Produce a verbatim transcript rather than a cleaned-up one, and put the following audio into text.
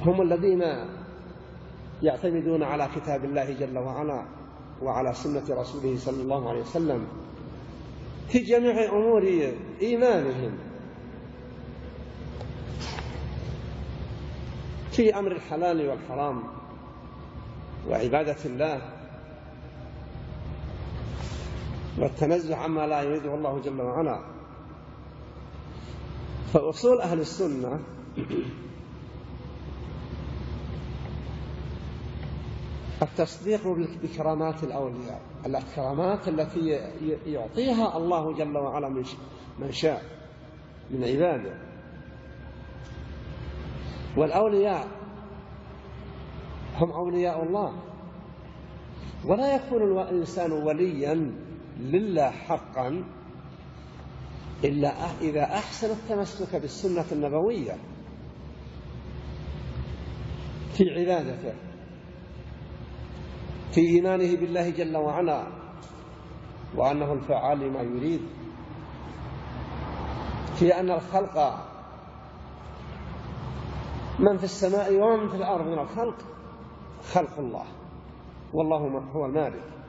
هم الذين يعتمدون على كتاب الله جل وعلا وعلى سنة رسوله صلى الله عليه وسلم في جميع أمور إيمانهم، في أمر الحلال والحرام وعبادة الله والتنزه عما لا يريده الله جل وعلا. فأصول أهل السنة التصديق بكرامات الأولياء، الكرامات التي يعطيها الله جل وعلا من شاء من عباده. والأولياء هم أولياء الله، ولا يكون الإنسان وليا لله حقا إلا إذا أحسن التمسك بالسنة النبوية في عبادته، في إيمانه بالله جل وعلا وأنه الفعال لما يريد، في أن الخلق من في السماء ومن في الأرض من الخلق خلق الله، والله هو المالك.